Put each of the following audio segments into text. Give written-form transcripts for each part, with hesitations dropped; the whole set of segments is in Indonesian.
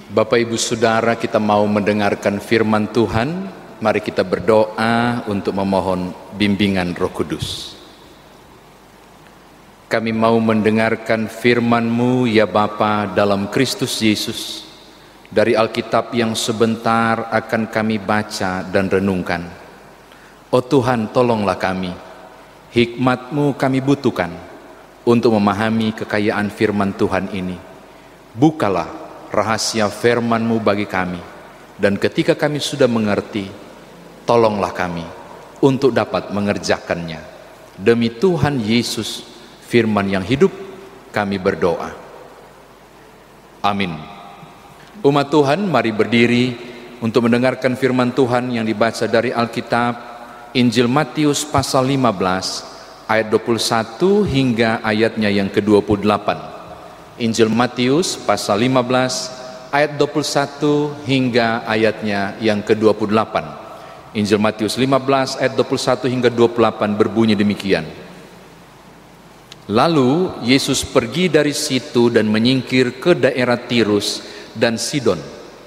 Bapak Ibu Saudara, kita mau mendengarkan firman Tuhan. Mari kita berdoa untuk memohon bimbingan Roh Kudus. Kami mau mendengarkan firman-Mu ya Bapa dalam Kristus Yesus. Dari Alkitab yang sebentar akan kami baca dan renungkan. Oh Tuhan, tolonglah kami. Hikmat-Mu kami butuhkan untuk memahami kekayaan firman Tuhan ini. Bukalah rahasia firman-Mu bagi kami. Dan ketika kami sudah mengerti, tolonglah kami untuk dapat mengerjakannya. Demi Tuhan Yesus, firman yang hidup, kami berdoa. Amin. Umat Tuhan, mari berdiri untuk mendengarkan firman Tuhan yang dibaca dari Alkitab, Injil Matius pasal 15, ayat 21 hingga ayatnya yang ke-28. Injil Matius pasal 15, ayat 21 hingga ayatnya yang ke-28. Injil Matius 15 ayat 21 hingga 28 berbunyi demikian. Lalu Yesus pergi dari situ dan menyingkir ke daerah Tirus dan Sidon.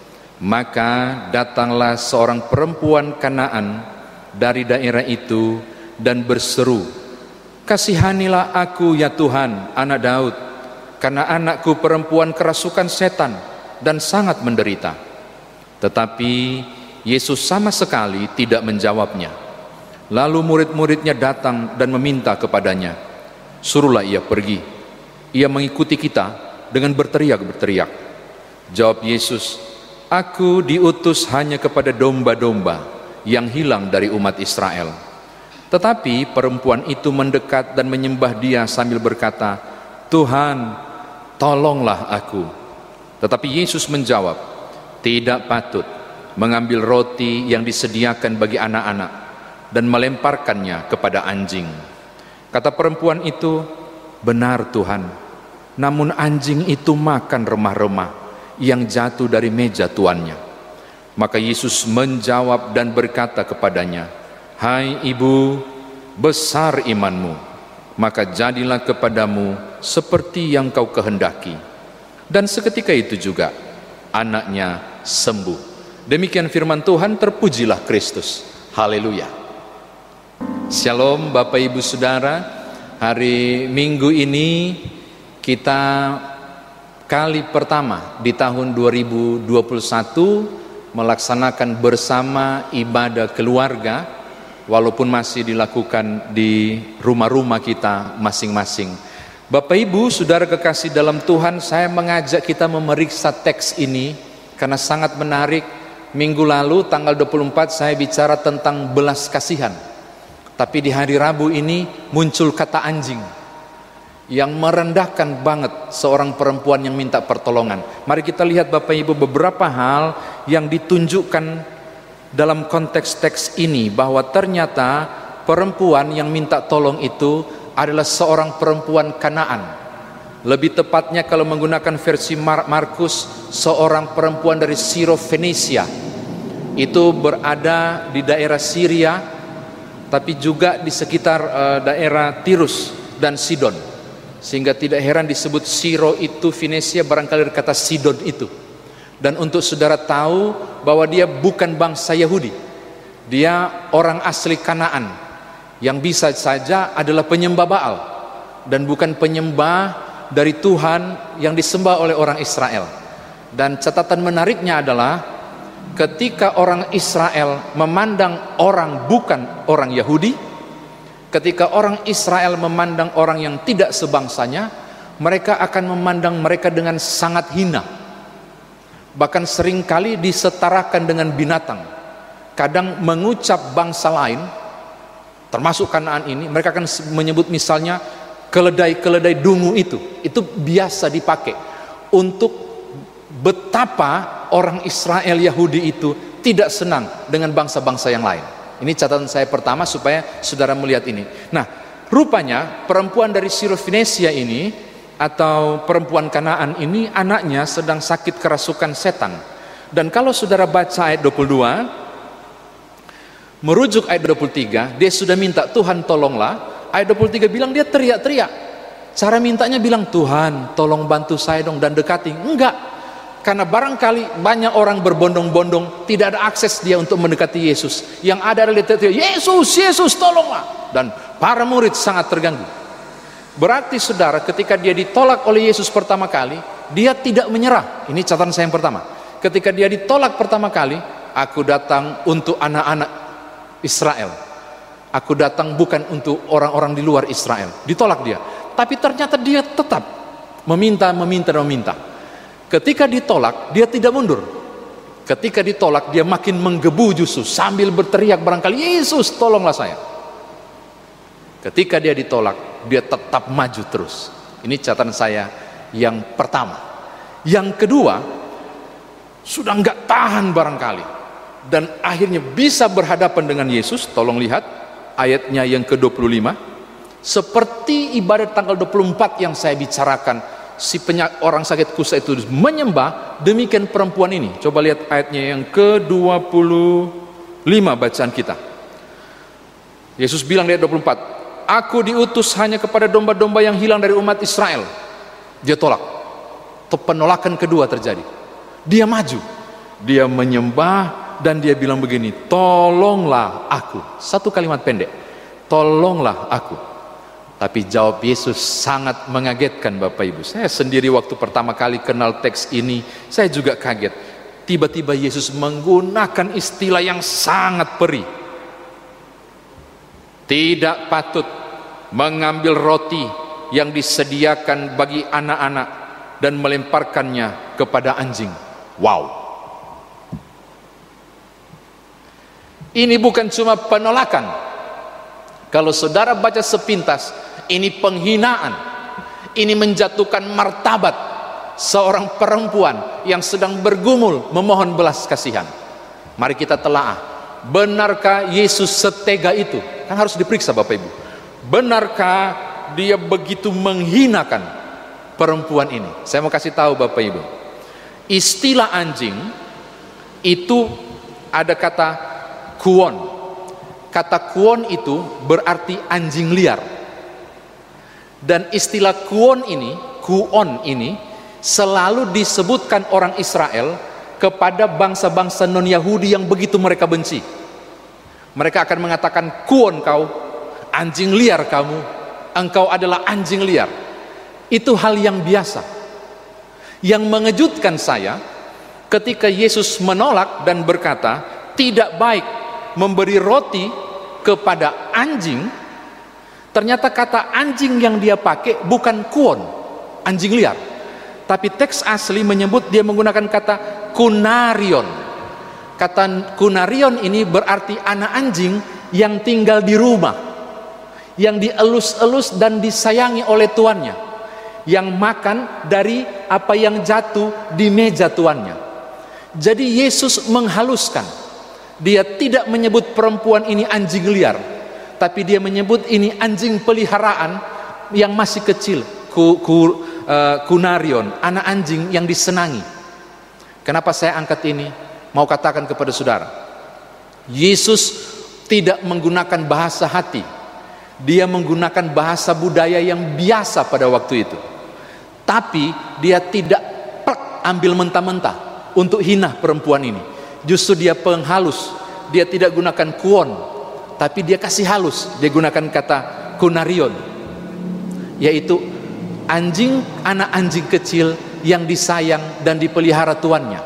Maka datanglah seorang perempuan Kanaan dari daerah itu dan berseru, "Kasihanilah aku ya Tuhan, anak Daud, karena anakku perempuan kerasukan setan dan sangat menderita." Tetapi Yesus sama sekali tidak menjawabnya. Lalu murid-muridnya datang dan meminta kepadanya, "Suruhlah ia pergi. Ia mengikuti kita dengan berteriak-berteriak." Jawab Yesus, "Aku diutus hanya kepada domba-domba yang hilang dari umat Israel." Tetapi perempuan itu mendekat dan menyembah Dia sambil berkata, "Tuhan, tolonglah aku." Tetapi Yesus menjawab, "Tidak patut mengambil roti yang disediakan bagi anak-anak dan melemparkannya kepada anjing." Kata perempuan itu, "Benar Tuhan, namun anjing itu makan remah-remah yang jatuh dari meja tuannya." Maka Yesus menjawab dan berkata kepadanya, "Hai ibu, besar imanmu, maka jadilah kepadamu seperti yang kau kehendaki." Dan seketika itu juga anaknya sembuh. Demikian firman Tuhan, terpujilah Kristus. Haleluya. Shalom Bapak Ibu Saudara. Hari Minggu ini kita kali pertama di tahun 2021 melaksanakan bersama ibadah keluarga, walaupun masih dilakukan di rumah-rumah kita masing-masing. Bapak Ibu Saudara kekasih dalam Tuhan, saya mengajak kita memeriksa teks ini karena sangat menarik. Minggu lalu tanggal 24 saya bicara tentang belas kasihan, tapi di hari Rabu ini muncul kata anjing yang merendahkan banget seorang perempuan yang minta pertolongan. Mari kita lihat Bapak Ibu beberapa hal yang ditunjukkan dalam konteks teks ini, bahwa ternyata perempuan yang minta tolong itu adalah seorang perempuan Kanaan. Lebih tepatnya kalau menggunakan versi Markus, seorang perempuan dari Siro-Fenisia. Itu berada di daerah Syria, tapi juga di sekitar daerah Tirus dan Sidon. Sehingga tidak heran disebut Siro itu Venesia, barangkali dari kata Sidon itu. Dan untuk saudara tahu bahwa dia bukan bangsa Yahudi, dia orang asli Kanaan yang bisa saja adalah penyembah Baal dan bukan penyembah dari Tuhan yang disembah oleh orang Israel. Dan catatan menariknya adalah ketika orang Israel memandang orang bukan orang Yahudi, ketika orang Israel memandang orang yang tidak sebangsanya, mereka akan memandang mereka dengan sangat hina. Bahkan seringkali disetarakan dengan binatang. Kadang mengucap bangsa lain, termasuk Kanaan ini, mereka akan menyebut misalnya keledai-keledai dungu itu biasa dipakai untuk betapa orang Israel Yahudi itu tidak senang dengan bangsa-bangsa yang lain. Ini catatan saya pertama supaya saudara melihat ini. Nah, rupanya perempuan dari Siro-Fenisia ini atau perempuan Kanaan ini, anaknya sedang sakit kerasukan setan. Dan kalau saudara baca ayat 22, merujuk ayat 23, dia sudah minta, "Tuhan tolonglah." Ayat 23 bilang dia teriak-teriak. Cara mintanya bilang, "Tuhan tolong bantu saya dong dan dekati." Enggak. Karena barangkali banyak orang berbondong-bondong, tidak ada akses dia untuk mendekati Yesus. Yang ada adalah Yesus, Yesus tolonglah. Dan para murid sangat terganggu. Berarti saudara, ketika dia ditolak oleh Yesus pertama kali, dia tidak menyerah. Ini catatan saya yang pertama. Ketika dia ditolak pertama kali, aku datang untuk anak-anak Israel. Aku datang bukan untuk orang-orang di luar Israel. Ditolak dia. Tapi ternyata dia tetap meminta. Ketika ditolak, dia tidak mundur. Ketika ditolak, dia makin menggebu justru sambil berteriak barangkali, Yesus tolonglah saya. Ketika dia ditolak, dia tetap maju terus. Ini catatan saya yang pertama. Yang kedua, sudah nggak tahan barangkali, dan akhirnya bisa berhadapan dengan Yesus. Tolong lihat ayatnya yang ke-25. Seperti ibadat tanggal 24 yang saya bicarakan, orang sakit kusta itu menyembah, demikian perempuan ini. Coba lihat ayatnya yang ke-25 bacaan kita. Yesus bilang di ayat 24, aku diutus hanya kepada domba-domba yang hilang dari umat Israel. Dia tolak. Penolakan kedua terjadi. Dia maju, dia menyembah, dan dia bilang begini, tolonglah aku. Satu kalimat pendek, tolonglah aku. Tapi jawab Yesus sangat mengagetkan Bapak Ibu. Saya sendiri waktu pertama kali kenal teks ini, saya juga kaget. Tiba-tiba Yesus menggunakan istilah yang sangat perih. Tidak patut mengambil roti yang disediakan bagi anak-anak dan melemparkannya kepada anjing. Wow. Ini bukan cuma penolakan. Kalau saudara baca sepintas, ini penghinaan. Ini menjatuhkan martabat seorang perempuan yang sedang bergumul memohon belas kasihan. Mari kita telaah. Benarkah Yesus setega itu? Kan harus diperiksa Bapak Ibu. Benarkah dia begitu menghinakan perempuan ini? Saya mau kasih tahu Bapak Ibu. Istilah anjing itu ada kata kuon. Kata kuon itu berarti anjing liar. Dan istilah kuon ini selalu disebutkan orang Israel kepada bangsa-bangsa non-Yahudi yang begitu mereka benci. Mereka akan mengatakan, kuon kau, anjing liar kamu, engkau adalah anjing liar. Itu hal yang biasa. Yang mengejutkan saya, ketika Yesus menolak dan berkata, tidak baik memberi roti kepada anjing, ternyata kata anjing yang dia pakai bukan kuon, anjing liar. Tapi teks asli menyebut, dia menggunakan kata kunarion. Kata kunarion ini berarti anak anjing yang tinggal di rumah, yang dielus-elus dan disayangi oleh tuannya, yang makan dari apa yang jatuh di meja tuannya. Jadi Yesus menghaluskan. Dia tidak menyebut perempuan ini anjing liar, tapi dia menyebut ini anjing peliharaan yang masih kecil, kunarion, anak anjing yang disenangi. Kenapa saya angkat ini? Mau katakan kepada saudara, Yesus tidak menggunakan bahasa hati. Dia menggunakan bahasa budaya yang biasa pada waktu itu. Tapi dia tidak ambil mentah-mentah untuk hina perempuan ini. Justru dia penghalus. Dia tidak gunakan kuon, tapi dia kasih halus. Dia gunakan kata kunarion, yaitu anjing, anak anjing kecil yang disayang dan dipelihara tuannya.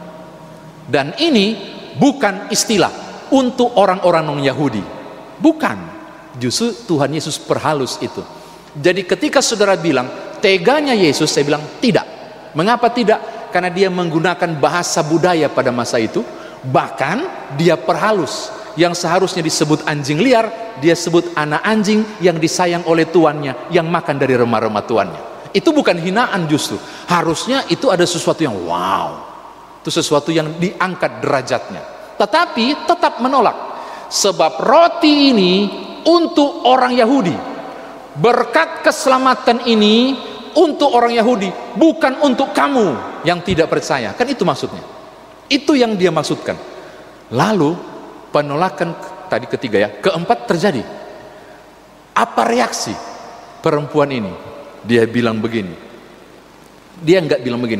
Dan ini bukan istilah untuk orang-orang non-Yahudi. Bukan. Justru Tuhan Yesus perhalus itu. Jadi ketika saudara bilang teganya Yesus, saya bilang tidak. Mengapa tidak? Karena dia menggunakan bahasa budaya pada masa itu. Bahkan dia perhalus. Yang seharusnya disebut anjing liar, dia sebut anak anjing yang disayang oleh tuannya, yang makan dari remah-remah tuannya. Itu bukan hinaan justru. Harusnya itu ada sesuatu yang wow. Itu sesuatu yang diangkat derajatnya. Tetapi tetap menolak. Sebab roti ini untuk orang Yahudi. Berkat keselamatan ini untuk orang Yahudi, bukan untuk kamu yang tidak percaya. Kan itu maksudnya. Itu yang dia maksudkan. Lalu penolakan tadi ketiga ya, keempat terjadi. Apa reaksi perempuan ini? Dia bilang begini. Dia enggak bilang begini,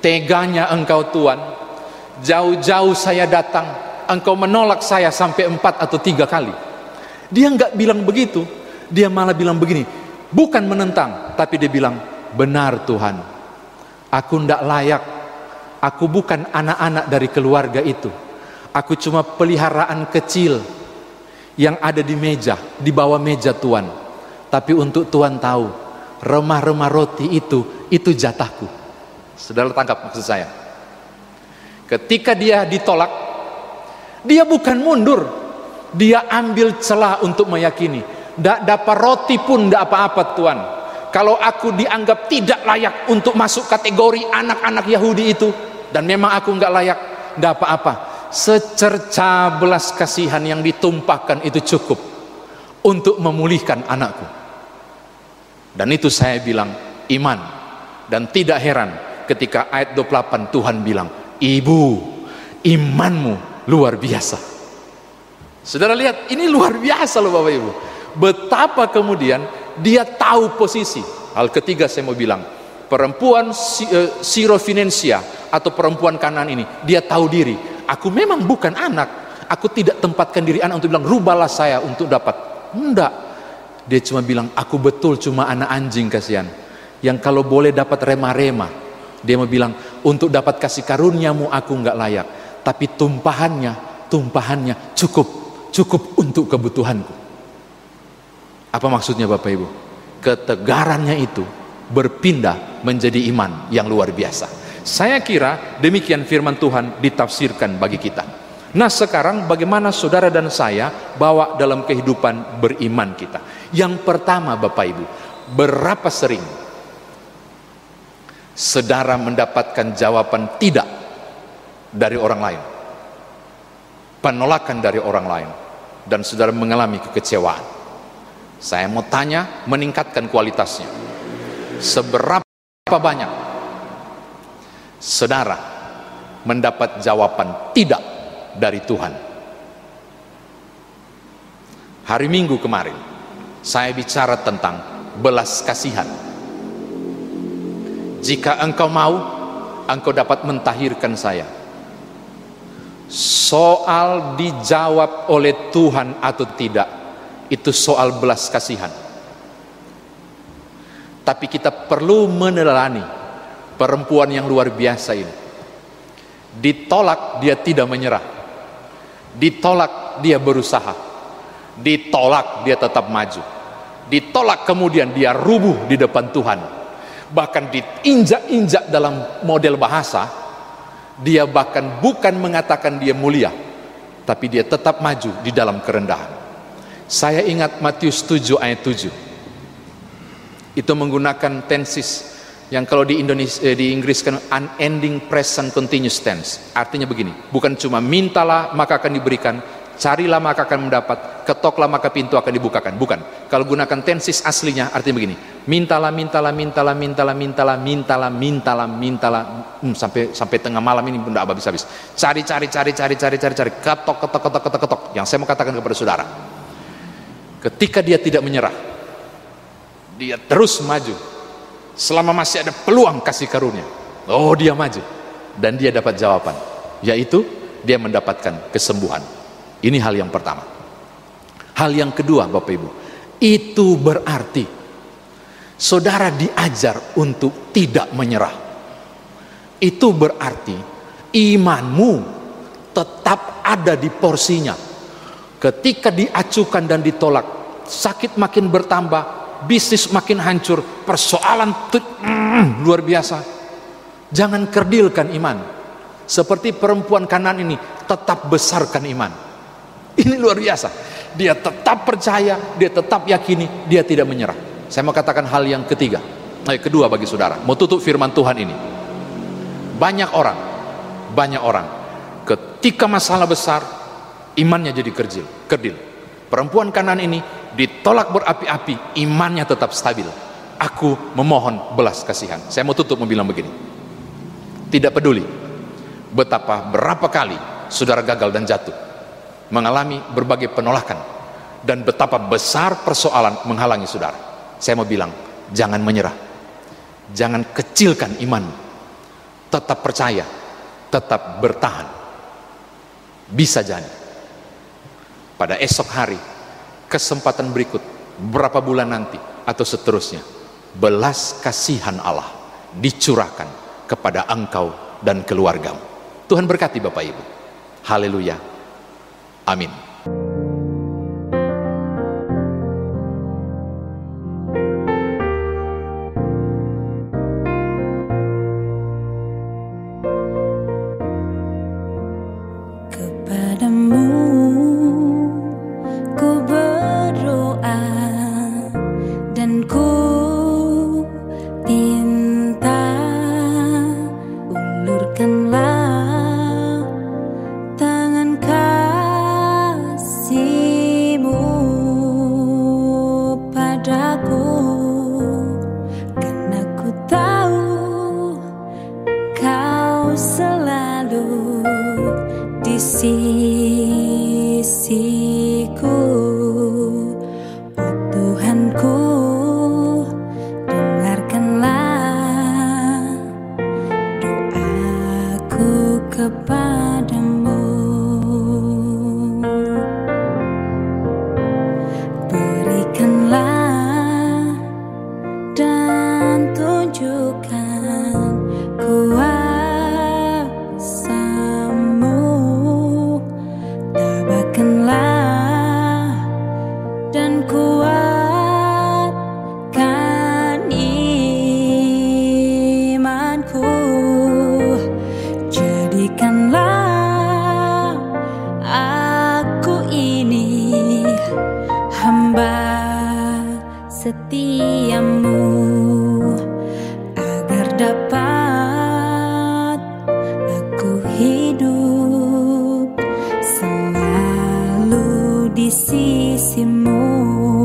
Teganya Engkau Tuhan, jauh-jauh saya datang, Engkau menolak saya sampai 4 atau 3 kali. Dia nggak bilang begitu, dia malah bilang begini, bukan menentang, tapi dia bilang, benar Tuhan, aku nggak layak, aku bukan anak-anak dari keluarga itu, aku cuma peliharaan kecil yang ada di meja, di bawah meja Tuhan. Tapi untuk Tuhan tahu, remah-remah roti itu jatahku. Saudara tangkap maksud saya? Ketika dia ditolak, dia bukan mundur, dia ambil celah untuk meyakini, tidak dapat roti pun tidak apa-apa Tuhan. Kalau aku dianggap tidak layak untuk masuk kategori anak-anak Yahudi itu, dan memang aku nggak layak, tidak apa-apa. Secerca belas kasihan yang ditumpahkan itu cukup untuk memulihkan anakku. Dan itu saya bilang iman. Dan tidak heran ketika ayat 28 Tuhan bilang, ibu, imanmu luar biasa. Saudara lihat, ini luar biasa loh Bapak Ibu. Betapa kemudian dia tahu posisi. Hal ketiga saya mau bilang, perempuan Sirofenisia atau perempuan Kanaan ini, dia tahu diri. Aku memang bukan anak, aku tidak tempatkan diri anak untuk bilang rubahlah saya untuk dapat. Enggak, dia cuma bilang aku betul cuma anak anjing kasihan, yang kalau boleh dapat rema-rema. Dia mau bilang untuk dapat kasih karuniamu aku enggak layak, tapi tumpahannya cukup untuk kebutuhanku. Apa maksudnya Bapak Ibu? Ketegarannya itu berpindah menjadi iman yang luar biasa. Saya kira demikian firman Tuhan ditafsirkan bagi kita. Nah sekarang bagaimana saudara dan saya bawa dalam kehidupan beriman kita? Yang pertama Bapak Ibu, berapa sering saudara mendapatkan jawaban tidak dari orang lain, penolakan dari orang lain, dan saudara mengalami kekecewaan? Saya mau tanya, meningkatkan kualitasnya. Seberapa banyak saudara mendapat jawaban tidak dari Tuhan? Hari Minggu kemarin saya bicara tentang belas kasihan. Jika engkau mau, engkau dapat mentahirkan saya. Soal dijawab oleh Tuhan atau tidak, itu soal belas kasihan. Tapi kita perlu meneladani perempuan yang luar biasa ini. Ditolak dia tidak menyerah, ditolak dia berusaha, ditolak dia tetap maju, ditolak kemudian dia rubuh di depan Tuhan. Bahkan diinjak-injak dalam model bahasa, dia bahkan bukan mengatakan dia mulia, tapi dia tetap maju di dalam kerendahan. Saya ingat Matius 7 ayat 7, itu menggunakan tenses yang kalau di Inggris kan unending present continuous tense. Artinya begini, bukan cuma mintalah maka akan diberikan, carilah maka akan mendapat, ketoklah maka pintu akan dibukakan. Bukan. Kalau gunakan tenses aslinya artinya begini, mintalah sampai tengah malam ini tidak habis-habis. Cari, ketok. Yang saya mau katakan kepada saudara, ketika dia tidak menyerah, dia terus maju. Selama masih ada peluang kasih karunia, oh dia maju dan dia dapat jawaban, yaitu dia mendapatkan kesembuhan. Ini hal yang pertama. Hal yang kedua Bapak Ibu, itu berarti saudara diajar untuk tidak menyerah. Itu berarti imanmu tetap ada di porsinya. Ketika diacukan dan ditolak, sakit makin bertambah, bisnis makin hancur, persoalan luar biasa, jangan kerdilkan iman. Seperti perempuan Kanaan ini, tetap besarkan iman. Ini luar biasa. Dia tetap percaya, dia tetap yakini, dia tidak menyerah. Saya mau katakan hal yang ketiga, kedua bagi saudara, mau tutup firman Tuhan ini. Banyak orang ketika masalah besar, imannya jadi kerdil. Perempuan Kanaan ini ditolak berapi-api, imannya tetap stabil. Aku memohon belas kasihan. Saya mau tutup bilang begini, tidak peduli berapa kali saudara gagal dan jatuh, mengalami berbagai penolakan, dan betapa besar persoalan menghalangi saudara, saya mau bilang, jangan menyerah, jangan kecilkan iman. tetap percaya, tetap bertahan. Bisa jadi pada esok hari, kesempatan berikut, berapa bulan nanti atau seterusnya, belas kasihan Allah dicurahkan kepada engkau dan keluargamu. Tuhan berkati Bapak Ibu. Haleluya. Amin. Kepadamu ku berdoa dan ku minta, ulurkanlah tangan kasih-Mu padaku, karena ku tahu Kau selalu di sisiku. Oh Tuhanku, dengarkanlah doaku kepadamu. Berikanlah dan tunjukkan kuasa-Mu, tabahkanlah dan kuatkan imanku, jadikanlah aku ini hamba setia-Mu, agar dapat aku hidup selalu di sisi-Mu.